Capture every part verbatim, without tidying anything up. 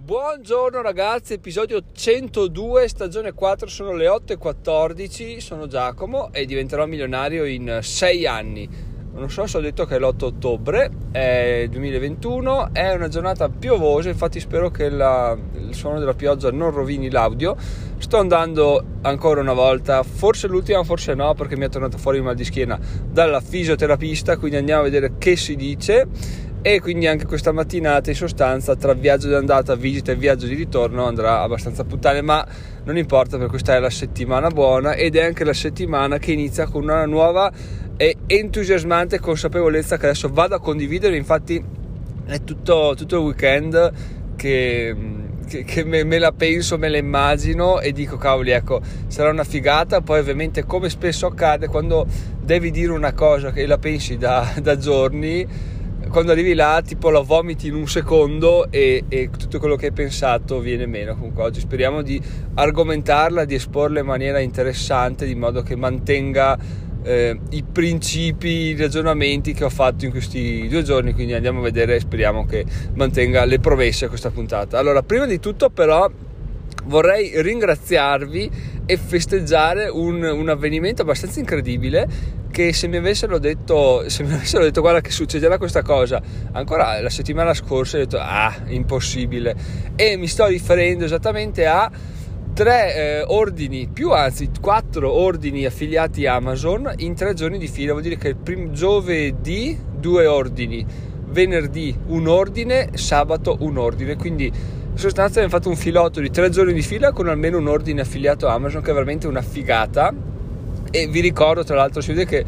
Buongiorno ragazzi, episodio centodue, stagione quattro, sono le otto e quattordici, sono Giacomo e diventerò milionario in sei anni. Non so se ho detto che è l'otto ottobre, è duemilaventuno, è una giornata piovosa, infatti spero che la, il suono della pioggia non rovini l'audio. Sto andando ancora una volta, forse l'ultima, forse no, perché mi è tornato fuori il mal di schiena dalla fisioterapista, quindi andiamo a vedere che si dice. E quindi anche questa mattinata in sostanza tra viaggio di andata, visita e viaggio di ritorno andrà abbastanza a puttane, ma non importa perché questa è la settimana buona ed è anche la settimana che inizia con una nuova e entusiasmante consapevolezza che adesso vado a condividere. Infatti è tutto, tutto il weekend che, che, che me, me la penso, me la immagino e dico cavoli, ecco, sarà una figata. Poi ovviamente, come spesso accade quando devi dire una cosa che la pensi da, da giorni, quando arrivi là tipo la vomiti in un secondo e, e tutto quello che hai pensato viene meno. Comunque oggi speriamo di argomentarla, di esporla in maniera interessante, di modo che mantenga eh, i principi, i ragionamenti che ho fatto in questi due giorni. Quindi andiamo a vedere e speriamo che mantenga le promesse questa puntata. Allora, prima di tutto però vorrei ringraziarvi e festeggiare un, un avvenimento abbastanza incredibile, che se mi avessero detto se mi avessero detto guarda che succederà questa cosa ancora la settimana scorsa, ho detto ah, impossibile. E mi sto riferendo esattamente a tre eh, ordini, più anzi quattro ordini affiliati a Amazon in tre giorni di fila. Vuol dire che il prim- giovedì due ordini, venerdì un ordine, sabato un ordine. Quindi in sostanza abbiamo fatto un filotto di tre giorni di fila con almeno un ordine affiliato a Amazon, che è veramente una figata. E vi ricordo, tra l'altro, si vede che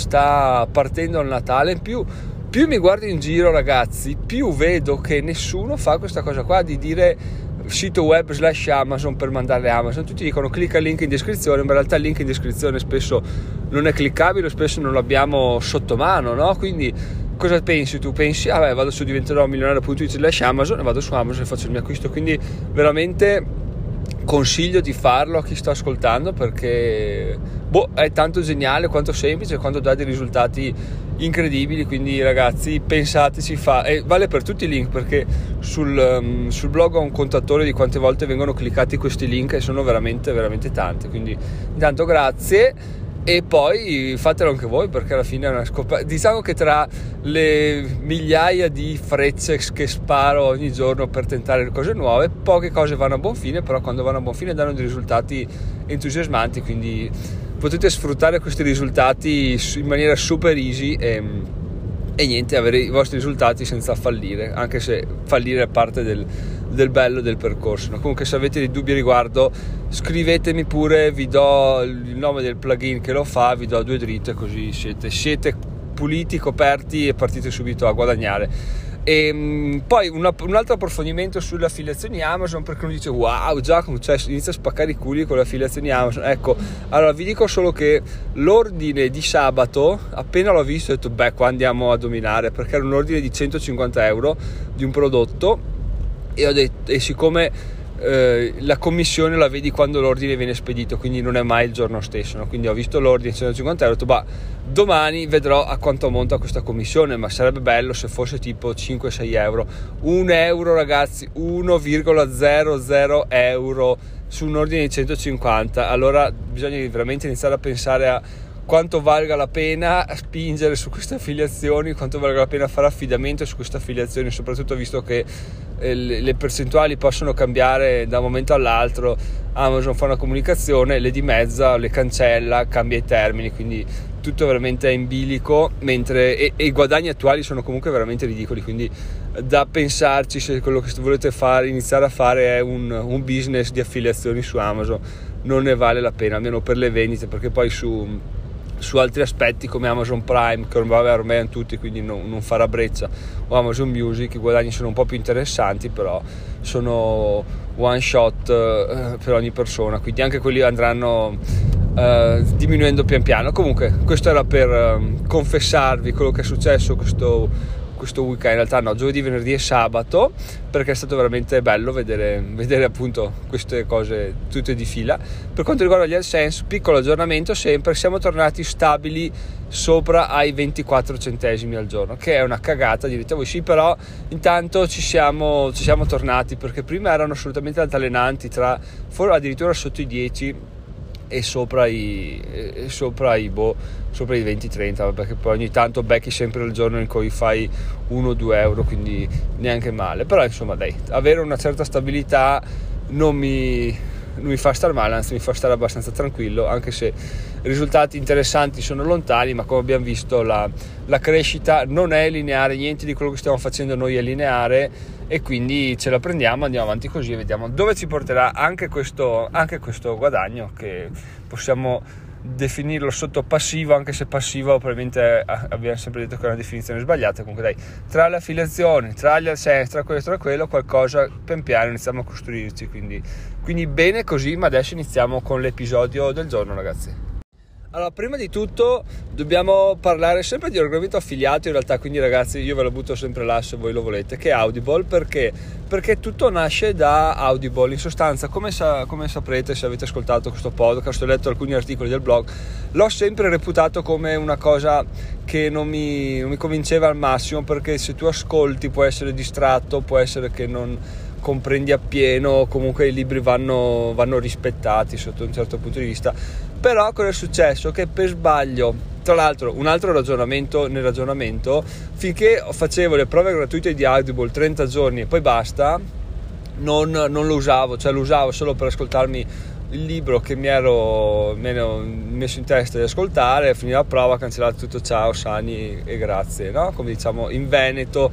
sta partendo il Natale. In più, più mi guardo in giro ragazzi, più vedo che nessuno fa questa cosa qua di dire sito web slash Amazon per mandarle Amazon. Tutti dicono clicca il link in descrizione, ma in realtà il link in descrizione spesso non è cliccabile, spesso non l'abbiamo sotto mano, no? Quindi cosa pensi tu? Pensi, ah beh, vado su diventerò milionario punto it slash Amazon e vado su Amazon e faccio il mio acquisto. Quindi veramente consiglio di farlo a chi sta ascoltando, perché boh, è tanto geniale quanto semplice, quanto dà dei risultati incredibili. Quindi ragazzi, pensateci, fa e vale per tutti i link, perché sul, um, sul blog ho un contatore di quante volte vengono cliccati questi link e sono veramente veramente tanti. Quindi intanto grazie. E poi fatelo anche voi, perché alla fine è una scoperta. Diciamo che tra le migliaia di frecce che sparo ogni giorno per tentare cose nuove, poche cose vanno a buon fine, però quando vanno a buon fine danno dei risultati entusiasmanti. Quindi potete sfruttare questi risultati in maniera super easy e, e niente, avere i vostri risultati senza fallire, anche se fallire è parte del, del bello del percorso. Comunque, se avete dei dubbi a riguardo, scrivetemi pure, vi do il nome del plugin che lo fa, vi do due dritte, così siete, siete puliti, coperti e partite subito a guadagnare. E mh, poi una, un altro approfondimento sulle affiliazioni Amazon, perché uno dice wow Giacomo, cioè inizia a spaccare i culi con le affiliazioni Amazon. Ecco, allora vi dico solo che l'ordine di sabato, appena l'ho visto ho detto beh, qua andiamo a dominare, perché era un ordine di centocinquanta euro di un prodotto e ho detto, e siccome eh, la commissione la vedi quando l'ordine viene spedito, quindi non è mai il giorno stesso, no? Quindi ho visto l'ordine centocinquanta euro, ho detto bah, domani vedrò a quanto ammonta questa commissione, ma sarebbe bello se fosse tipo cinque sei euro. Un euro ragazzi, uno virgola zero zero euro su un ordine di centocinquanta. Allora bisogna veramente iniziare a pensare a quanto valga la pena spingere su queste affiliazioni, quanto valga la pena fare affidamento su queste affiliazioni, soprattutto visto che eh, le percentuali possono cambiare da un momento all'altro. Amazon fa una comunicazione, le dimezza, le cancella, cambia i termini, quindi tutto veramente è in bilico, mentre e, e i guadagni attuali sono comunque veramente ridicoli. Quindi da pensarci se quello che volete fare, iniziare a fare è un, un business di affiliazioni su Amazon. Non ne vale la pena, almeno per le vendite, perché poi su su altri aspetti come Amazon Prime, che ormai, ormai hanno tutti, quindi non, non farà breccia, o Amazon Music, i guadagni sono un po' più interessanti, però sono one shot eh, per ogni persona, quindi anche quelli andranno eh, diminuendo pian piano. Comunque questo era per eh, confessarvi quello che è successo questo questo weekend, in realtà no, giovedì, venerdì e sabato, perché è stato veramente bello vedere, vedere appunto queste cose tutte di fila. Per quanto riguarda gli AdSense, piccolo aggiornamento sempre, siamo tornati stabili sopra ai ventiquattro centesimi al giorno, che è una cagata, direte voi. Sì, però intanto ci siamo, ci siamo tornati, perché prima erano assolutamente altalenanti, tra addirittura sotto i dieci e sopra i, e sopra i boh, sopra i venti trenta, perché poi ogni tanto becchi sempre il giorno in cui fai uno due euro, quindi neanche male. Però insomma dai, avere una certa stabilità non mi, non mi fa star male, anzi mi fa stare abbastanza tranquillo, anche se risultati interessanti sono lontani, ma come abbiamo visto la, la crescita non è lineare, niente di quello che stiamo facendo noi è lineare, e quindi ce la prendiamo, andiamo avanti così e vediamo dove ci porterà anche questo, anche questo guadagno, che possiamo definirlo sotto passivo, anche se passivo probabilmente abbiamo sempre detto che è una definizione sbagliata. Comunque dai, tra le affiliazioni, tra gli AdSense, tra questo e quello, qualcosa pian piano iniziamo a costruirci, quindi, quindi bene così. Ma adesso iniziamo con l'episodio del giorno, ragazzi. Allora, prima di tutto dobbiamo parlare sempre di argomento affiliato, in realtà, quindi ragazzi io ve lo butto sempre là se voi lo volete, che è Audible. Perché? Perché tutto nasce da Audible. In sostanza, come, sa, come saprete se avete ascoltato questo podcast o letto alcuni articoli del blog, l'ho sempre reputato come una cosa che non mi, non mi convinceva al massimo, perché se tu ascolti puoi essere distratto, può essere che non comprendi appieno, comunque i libri vanno, vanno rispettati sotto un certo punto di vista. Però cosa è successo? Che per sbaglio, tra l'altro un altro ragionamento nel ragionamento, finché facevo le prove gratuite di Audible trenta giorni e poi basta, non, non lo usavo, cioè lo usavo solo per ascoltarmi il libro che mi ero, mi ero messo in testa di ascoltare, finire la prova, cancellare tutto, ciao, sani e grazie, no? Come diciamo in Veneto.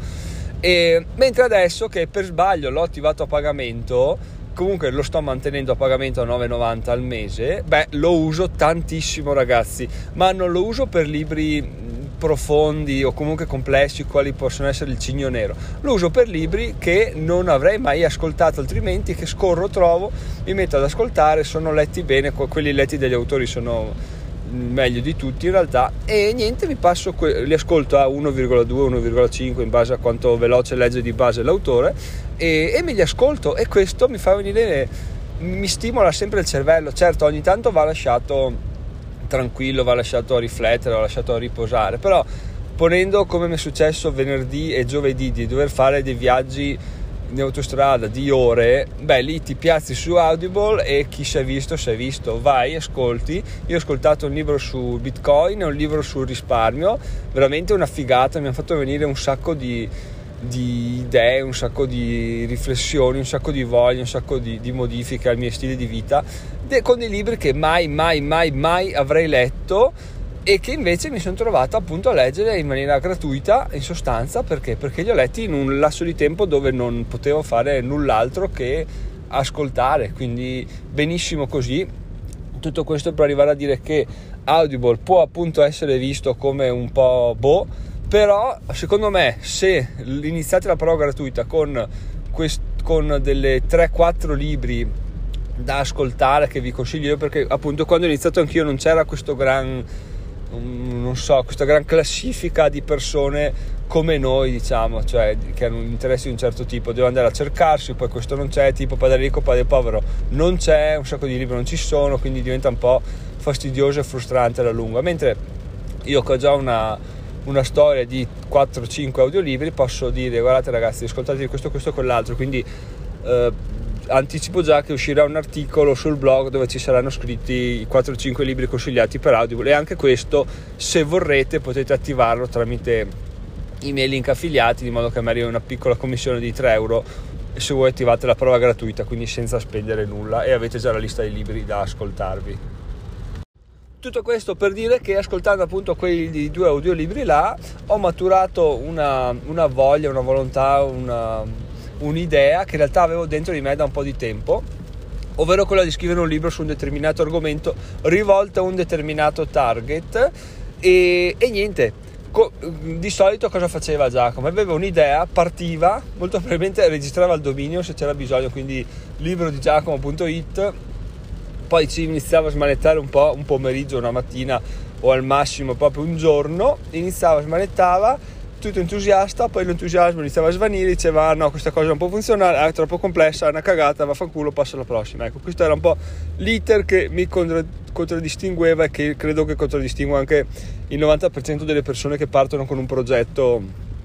E mentre adesso che per sbaglio l'ho attivato a pagamento, comunque lo sto mantenendo a pagamento a nove e novanta al mese, beh, lo uso tantissimo, ragazzi, ma non lo uso per libri profondi o comunque complessi quali possono essere Il Cigno Nero, lo uso per libri che non avrei mai ascoltato altrimenti, che scorro, trovo, mi metto ad ascoltare, sono letti bene, quelli letti dagli autori sono meglio di tutti in realtà, e niente, mi passo que- li ascolto a uno virgola due uno virgola cinque in base a quanto veloce legge di base l'autore, e, e me li ascolto, e questo mi fa venire, mi stimola sempre il cervello. Certo, ogni tanto va lasciato tranquillo, va lasciato a riflettere, va lasciato a riposare, però ponendo, come mi è successo venerdì e giovedì, di dover fare dei viaggi in autostrada di ore, beh, lì ti piazzi su Audible e chi si è visto si è visto, vai, ascolti. Io ho ascoltato un libro su Bitcoin e un libro sul risparmio, veramente una figata, mi ha fatto venire un sacco di, di idee, un sacco di riflessioni, un sacco di voglie, un sacco di, di modifiche al mio stile di vita, de, con dei libri che mai, mai, mai, mai avrei letto, e che invece mi sono trovato appunto a leggere in maniera gratuita, in sostanza. Perché? Perché li ho letti in un lasso di tempo dove non potevo fare null'altro che ascoltare, quindi benissimo così. Tutto questo per arrivare a dire che Audible può appunto essere visto come un po' boh, però secondo me se iniziate la prova gratuita con, quest- con delle tre quattro libri da ascoltare, che vi consiglio io, perché appunto quando ho iniziato anch'io non c'era questo gran... non so, questa gran classifica di persone come noi, diciamo, cioè che hanno interessi di un certo tipo, devo andare a cercarsi, poi questo non c'è, tipo Padre Ricco, Padre Povero non c'è, un sacco di libri non ci sono, quindi diventa un po' fastidioso e frustrante alla lunga. Mentre io che ho già una, una storia di quattro cinque audiolibri, posso dire guardate ragazzi, ascoltate questo, questo e quell'altro, quindi eh, anticipo già che uscirà un articolo sul blog dove ci saranno scritti i quattro cinque libri consigliati per Audible, e anche questo, se vorrete, potete attivarlo tramite i miei link affiliati, di modo che mi arrivi una piccola commissione di tre euro se voi attivate la prova gratuita, quindi senza spendere nulla, e avete già la lista dei libri da ascoltarvi. Tutto questo per dire che ascoltando appunto quei due audiolibri là ho maturato una, una voglia, una volontà, una un'idea che in realtà avevo dentro di me da un po' di tempo, ovvero quella di scrivere un libro su un determinato argomento rivolto a un determinato target. E, e niente, co- di solito cosa faceva Giacomo? Aveva un'idea, partiva, molto probabilmente registrava il dominio se c'era bisogno, quindi libro di giacomo punto it, poi ci iniziava a smanettare un po', un pomeriggio, una mattina o al massimo proprio un giorno, iniziava, smanettava, tutto entusiasta, poi l'entusiasmo iniziava a svanire, diceva ah, no, questa cosa non può funzionare, è troppo complessa, è una cagata, vaffanculo, passo alla prossima. Ecco, questo era un po' l'iter che mi contra- contraddistingueva e che credo che contraddistingua anche il novanta per cento delle persone che partono con un progetto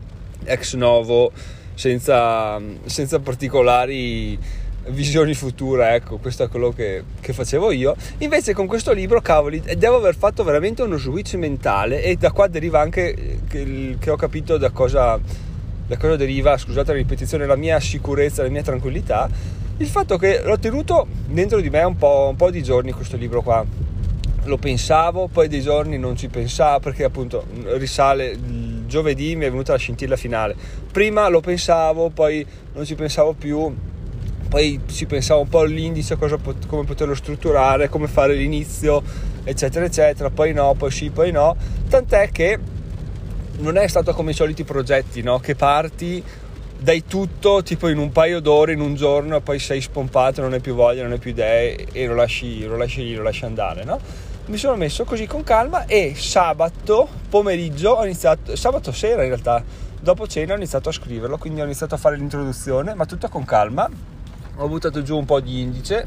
ex novo senza, senza particolari visioni future. Ecco, questo è quello che, che facevo io. Invece con questo libro, cavoli, devo aver fatto veramente uno switch mentale, e da qua deriva anche che, che ho capito da cosa, da cosa deriva, scusate la ripetizione, la mia sicurezza, la mia tranquillità, il fatto che l'ho tenuto dentro di me un po', un po' di giorni questo libro qua. Lo pensavo, poi dei giorni non ci pensavo, perché appunto risale il giovedì, mi è venuta la scintilla finale. Prima lo pensavo, poi non ci pensavo più, poi ci pensava un po' all'indice, cosa, come poterlo strutturare, come fare l'inizio, eccetera eccetera, poi no, poi sì, poi no, tant'è che non è stato come i soliti progetti, no? Che parti, dai tutto tipo in un paio d'ore, in un giorno, e poi sei spompato, non hai più voglia, non hai più idee, e lo lasci, lo lasci, lo lasci andare, no? Mi sono messo così con calma, e sabato pomeriggio ho iniziato, sabato sera in realtà, dopo cena ho iniziato a scriverlo, quindi ho iniziato a fare l'introduzione, ma tutto con calma. Ho buttato giù un po' di indice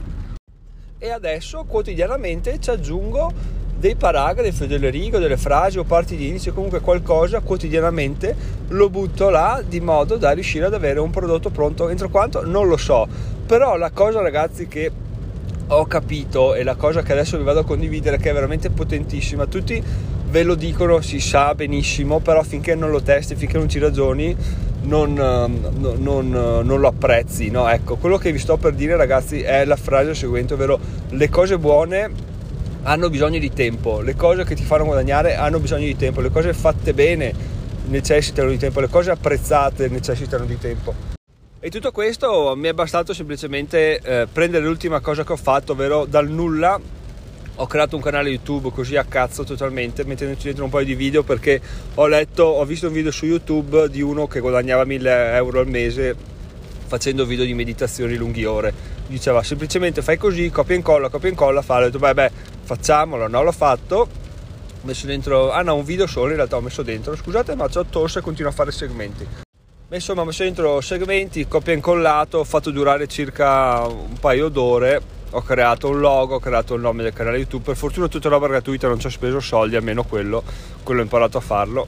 e adesso quotidianamente ci aggiungo dei paragrafi, delle righe, delle frasi o parti di indice, comunque qualcosa quotidianamente lo butto là, di modo da riuscire ad avere un prodotto pronto. Entro quanto? Non lo so, però la cosa, ragazzi, che ho capito, e la cosa che adesso vi vado a condividere, che è veramente potentissima, tutti ve lo dicono, si sa benissimo, però finché non lo testi, finché non ci ragioni, non, non, non, non lo apprezzi, no? Ecco, quello che vi sto per dire, ragazzi, è la frase seguente, ovvero: le cose buone hanno bisogno di tempo, le cose che ti fanno guadagnare hanno bisogno di tempo, le cose fatte bene necessitano di tempo, le cose apprezzate necessitano di tempo. E tutto questo mi è bastato semplicemente eh, prendere l'ultima cosa che ho fatto, ovvero dal nulla ho creato un canale YouTube così a cazzo totalmente, mettendoci dentro un paio di video, perché ho letto, ho visto un video su YouTube di uno che guadagnava mille euro al mese facendo video di meditazioni lunghi ore. Diceva semplicemente fai così, copia e incolla, copia e incolla, fa. Ho detto beh beh facciamolo, no, l'ho fatto, ho messo dentro, ah no, un video solo in realtà ho messo dentro, scusate ma c'ho tosse e continuo a fare segmenti. Insomma, ho messo dentro segmenti, copia e incollato, ho fatto durare circa un paio d'ore, ho creato un logo, ho creato il nome del canale YouTube, per fortuna tutta roba gratuita, non ci ho speso soldi, almeno quello, quello ho imparato a farlo,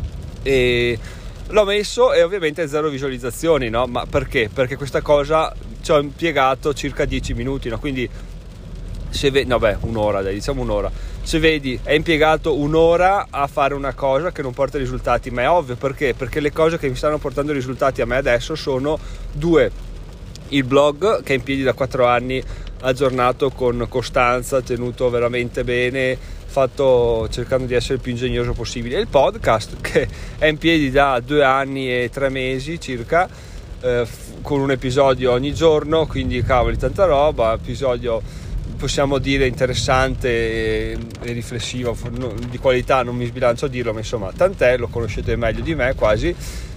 e l'ho messo, e ovviamente zero visualizzazioni, no? Ma perché? Perché questa cosa ci ho impiegato circa dieci minuti, no? Quindi se vedi, no beh, un'ora, dai, diciamo un'ora, se vedi è impiegato un'ora a fare una cosa che non porta risultati, ma è ovvio, perché? Perché le cose che mi stanno portando risultati a me adesso sono due: il blog, che è in piedi da quattro anni, aggiornato con costanza, tenuto veramente bene, fatto cercando di essere il più ingegnoso possibile, e il podcast, che è in piedi da due anni e tre mesi circa, eh, con un episodio ogni giorno, quindi cavoli, tanta roba, episodio possiamo dire interessante e, e riflessivo, di qualità non mi sbilancio a dirlo, ma insomma tant'è, lo conoscete meglio di me quasi.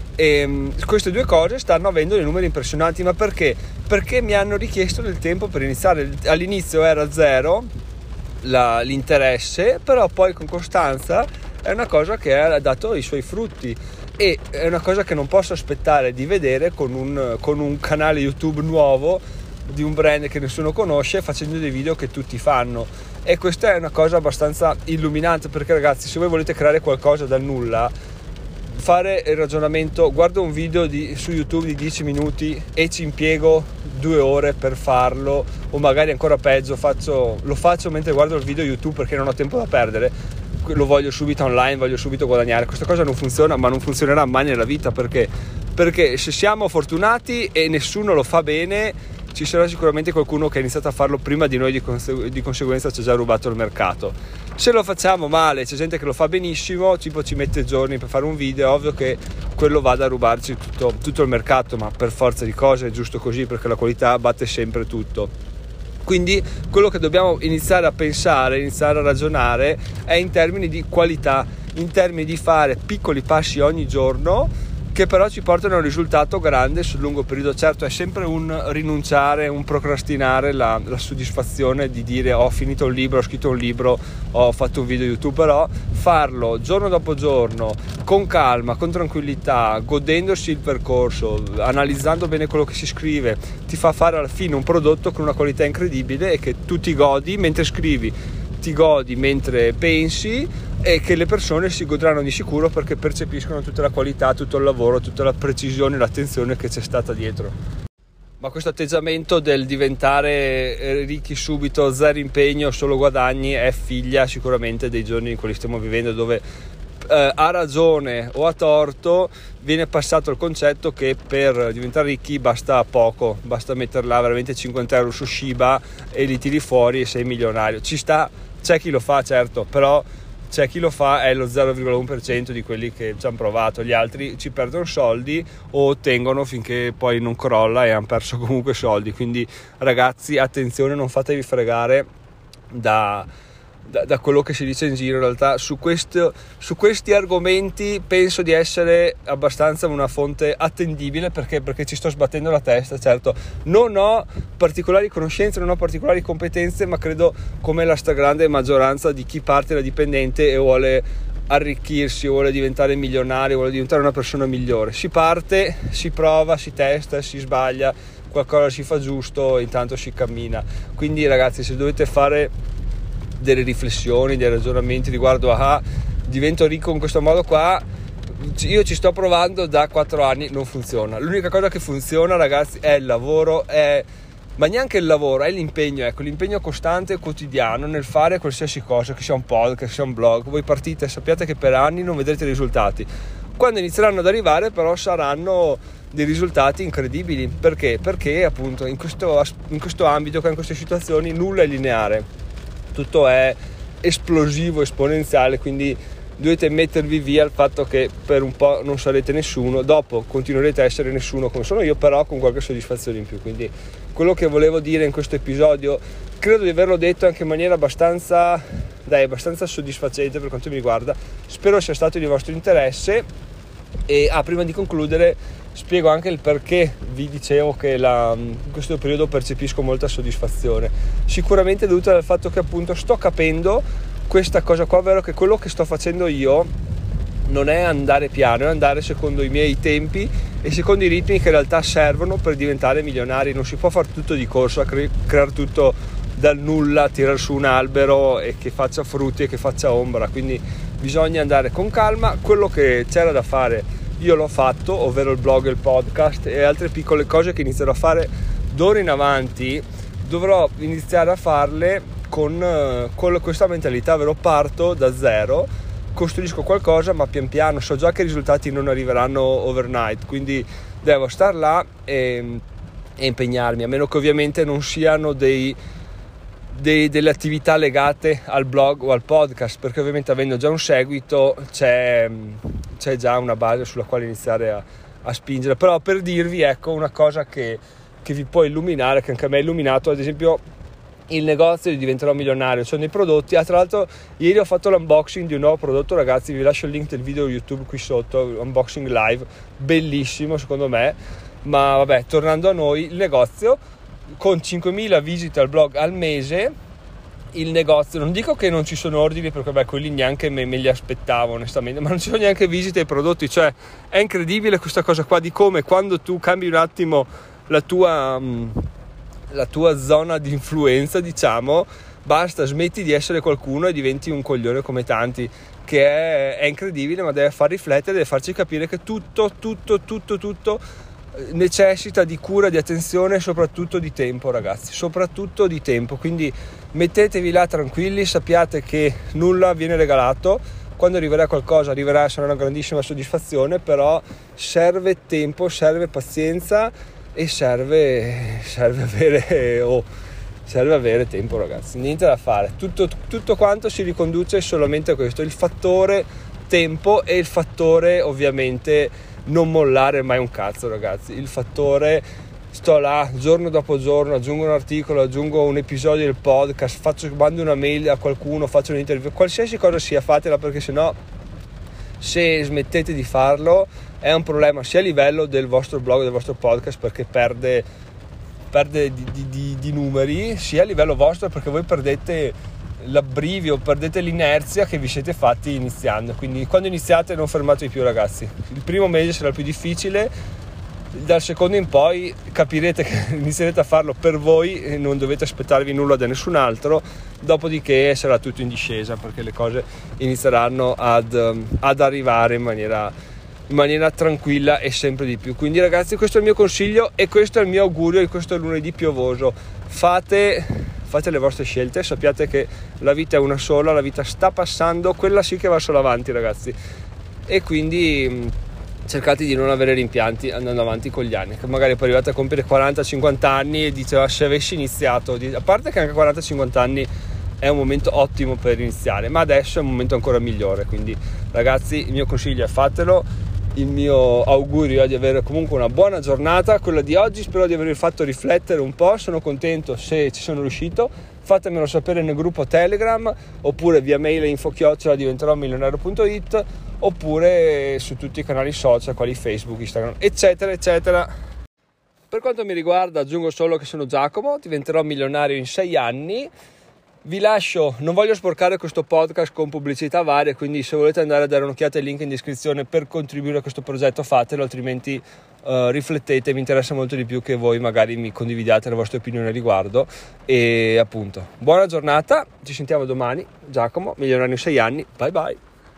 E queste due cose stanno avendo dei numeri impressionanti. Ma perché? Perché mi hanno richiesto del tempo per iniziare. All'inizio era zero la, l'interesse, però poi con costanza è una cosa che ha dato i suoi frutti, e è una cosa che non posso aspettare di vedere con un, con un canale YouTube nuovo di un brand che nessuno conosce, facendo dei video che tutti fanno. E questa è una cosa abbastanza illuminante, perché ragazzi, se voi volete creare qualcosa dal nulla, fare il ragionamento: guardo un video di, su YouTube di dieci minuti e ci impiego due ore per farlo, o magari ancora peggio, faccio, lo faccio mentre guardo il video YouTube perché non ho tempo da perdere, lo voglio subito online, voglio subito guadagnare. Questa cosa non funziona, ma non funzionerà mai nella vita, perché perché se siamo fortunati e nessuno lo fa bene, ci sarà sicuramente qualcuno che ha iniziato a farlo prima di noi, di, consegu- di conseguenza ci ha già rubato il mercato. Se lo facciamo male, c'è gente che lo fa benissimo, tipo ci mette giorni per fare un video, è ovvio che quello vada a rubarci tutto, tutto il mercato, ma per forza di cose è giusto così, perché la qualità batte sempre tutto. Quindi quello che dobbiamo iniziare a pensare, iniziare a ragionare è in termini di qualità, in termini di fare piccoli passi ogni giorno che però ci portano a un risultato grande sul lungo periodo. Certo, è sempre un rinunciare, un procrastinare la, la soddisfazione di dire ho finito un libro, ho scritto un libro, ho fatto un video YouTube, però farlo giorno dopo giorno, con calma, con tranquillità, godendosi il percorso, analizzando bene quello che si scrive, ti fa fare alla fine un prodotto con una qualità incredibile e che tu ti godi mentre scrivi, ti godi mentre pensi, e che le persone si godranno di sicuro perché percepiscono tutta la qualità, tutto il lavoro, tutta la precisione e l'attenzione che c'è stata dietro. Ma questo atteggiamento del diventare ricchi subito, zero impegno, solo guadagni, è figlia sicuramente dei giorni in cui stiamo vivendo, dove eh, a ragione o a torto viene passato il concetto che per diventare ricchi basta poco, basta metterla veramente cinquanta euro su Shiba e li tiri fuori e sei milionario. Ci sta, c'è chi lo fa, certo, però c'è chi lo fa, è lo zero virgola uno per cento di quelli che ci hanno provato. Gli altri ci perdono soldi o ottengono finché poi non crolla e hanno perso comunque soldi. Quindi ragazzi, attenzione, non fatevi fregare da, da, da quello che si dice in giro. In realtà su, questo, su questi argomenti penso di essere abbastanza una fonte attendibile, perché, perché ci sto sbattendo la testa. Certo, non ho particolari conoscenze, non ho particolari competenze, ma credo, come la stragrande maggioranza di chi parte da dipendente e vuole arricchirsi, vuole diventare milionario, vuole diventare una persona migliore, si parte, si prova, si testa, si sbaglia, qualcosa si fa giusto, intanto si cammina. Quindi ragazzi, se dovete fare delle riflessioni, dei ragionamenti riguardo a ah, divento ricco in questo modo qua, io ci sto provando da quattro anni, non funziona. L'unica cosa che funziona, ragazzi, è il lavoro, è ma neanche il lavoro, è l'impegno, ecco, l'impegno costante quotidiano nel fare qualsiasi cosa, che sia un podcast, che sia un blog. Voi partite, sappiate che per anni non vedrete risultati. Quando inizieranno ad arrivare però saranno dei risultati incredibili. Perché? Perché appunto in questo, in questo ambito, in queste situazioni, nulla è lineare, tutto è esplosivo, esponenziale, quindi dovete mettervi via il fatto che per un po' non sarete nessuno, dopo continuerete a essere nessuno come sono io, però con qualche soddisfazione in più. Quindi quello che volevo dire in questo episodio, credo di averlo detto anche in maniera abbastanza, dai, abbastanza soddisfacente per quanto mi riguarda. Spero sia stato di vostro interesse. E ah, prima di concludere spiego anche il perché vi dicevo che la, in questo periodo percepisco molta soddisfazione. Sicuramente è dovuto dal fatto che appunto sto capendo questa cosa qua, ovvero che quello che sto facendo io non è andare piano, è andare secondo i miei tempi e secondo i ritmi che in realtà servono per diventare milionari. Non si può fare tutto di corsa, cre- creare tutto dal nulla, tirar su un albero e che faccia frutti e che faccia ombra. Quindi bisogna andare con calma. Quello che c'era da fare io l'ho fatto, ovvero il blog, il podcast e altre piccole cose che inizierò a fare d'ora in avanti. Dovrò iniziare a farle con, con questa mentalità, ovvero parto da zero, costruisco qualcosa, ma pian piano. So già che i risultati non arriveranno overnight, quindi devo star là e, e impegnarmi, a meno che ovviamente non siano dei, dei, delle attività legate al blog o al podcast, perché ovviamente avendo già un seguito c'è, c'è già una base sulla quale iniziare a, a spingere. Però per dirvi, ecco, una cosa che, che vi può illuminare, che anche a me ha illuminato, ad esempio il negozio di Diventerò Milionario, sono dei prodotti. Ah, tra l'altro ieri ho fatto l'unboxing di un nuovo prodotto, ragazzi, vi lascio il link del video YouTube qui sotto, unboxing live, bellissimo secondo me. Ma vabbè, tornando a noi, il negozio con cinquemila visite al blog al mese, il negozio, non dico che non ci sono ordini, perché beh, quelli neanche me, me li aspettavo onestamente, ma non ci sono neanche visite ai prodotti. Cioè è incredibile questa cosa qua, di come quando tu cambi un attimo la tua um, la tua zona di influenza, diciamo, basta, smetti di essere qualcuno e diventi un coglione come tanti, che è, è incredibile, ma deve far riflettere, deve farci capire che tutto, tutto, tutto, tutto necessita di cura, di attenzione e soprattutto di tempo, ragazzi, soprattutto di tempo. Quindi mettetevi là tranquilli, sappiate che nulla viene regalato. Quando arriverà qualcosa, arriverà, sarà una grandissima soddisfazione, però serve tempo, serve pazienza e serve, serve avere oh, serve avere tempo, ragazzi, niente da fare. Tutto, tutto quanto si riconduce solamente a questo, il fattore tempo e il fattore ovviamente non mollare mai un cazzo, ragazzi. Il fattore sto là giorno dopo giorno, aggiungo un articolo, aggiungo un episodio del podcast, faccio, mando una mail a qualcuno, faccio un'intervista, qualsiasi cosa sia, fatela, perché sennò se smettete di farlo è un problema sia a livello del vostro blog, del vostro podcast, perché perde, perde di, di, di, di numeri, sia a livello vostro perché voi perdete l'abbrivio, perdete l'inerzia che vi siete fatti iniziando. Quindi quando iniziate non fermatevi più, ragazzi. Il primo mese sarà il più difficile, dal secondo in poi capirete che inizierete a farlo per voi e non dovete aspettarvi nulla da nessun altro, dopodiché sarà tutto in discesa perché le cose inizieranno ad, ad arrivare in maniera in maniera tranquilla e sempre di più. Quindi, ragazzi, questo è il mio consiglio e questo è il mio augurio in questo lunedì piovoso. Fate, fate le vostre scelte, sappiate che la vita è una sola, la vita sta passando, quella sì che va solo avanti, ragazzi, e quindi cercate di non avere rimpianti andando avanti con gli anni, che magari poi arrivate a compiere quaranta cinquanta anni e dite ah, se avessi iniziato, a parte che anche quaranta cinquanta anni è un momento ottimo per iniziare, ma adesso è un momento ancora migliore. Quindi, ragazzi, il mio consiglio è fatelo. Il mio augurio è di avere comunque una buona giornata, quella di oggi. Spero di avervi fatto riflettere un po', sono contento se ci sono riuscito. Fatemelo sapere nel gruppo Telegram oppure via mail info chiocciola diventerò milionario punto it oppure su tutti i canali social quali Facebook, Instagram, eccetera eccetera. Per quanto mi riguarda aggiungo solo che sono Giacomo, diventerò milionario in sei anni. Vi lascio, non voglio sporcare questo podcast con pubblicità varie, quindi se volete andare a dare un'occhiata al link in descrizione per contribuire a questo progetto fatelo, altrimenti uh, riflettete, mi interessa molto di più che voi magari mi condividiate le vostre opinioni al riguardo. E appunto, buona giornata, ci sentiamo domani. Giacomo, milionario in sei anni, bye bye.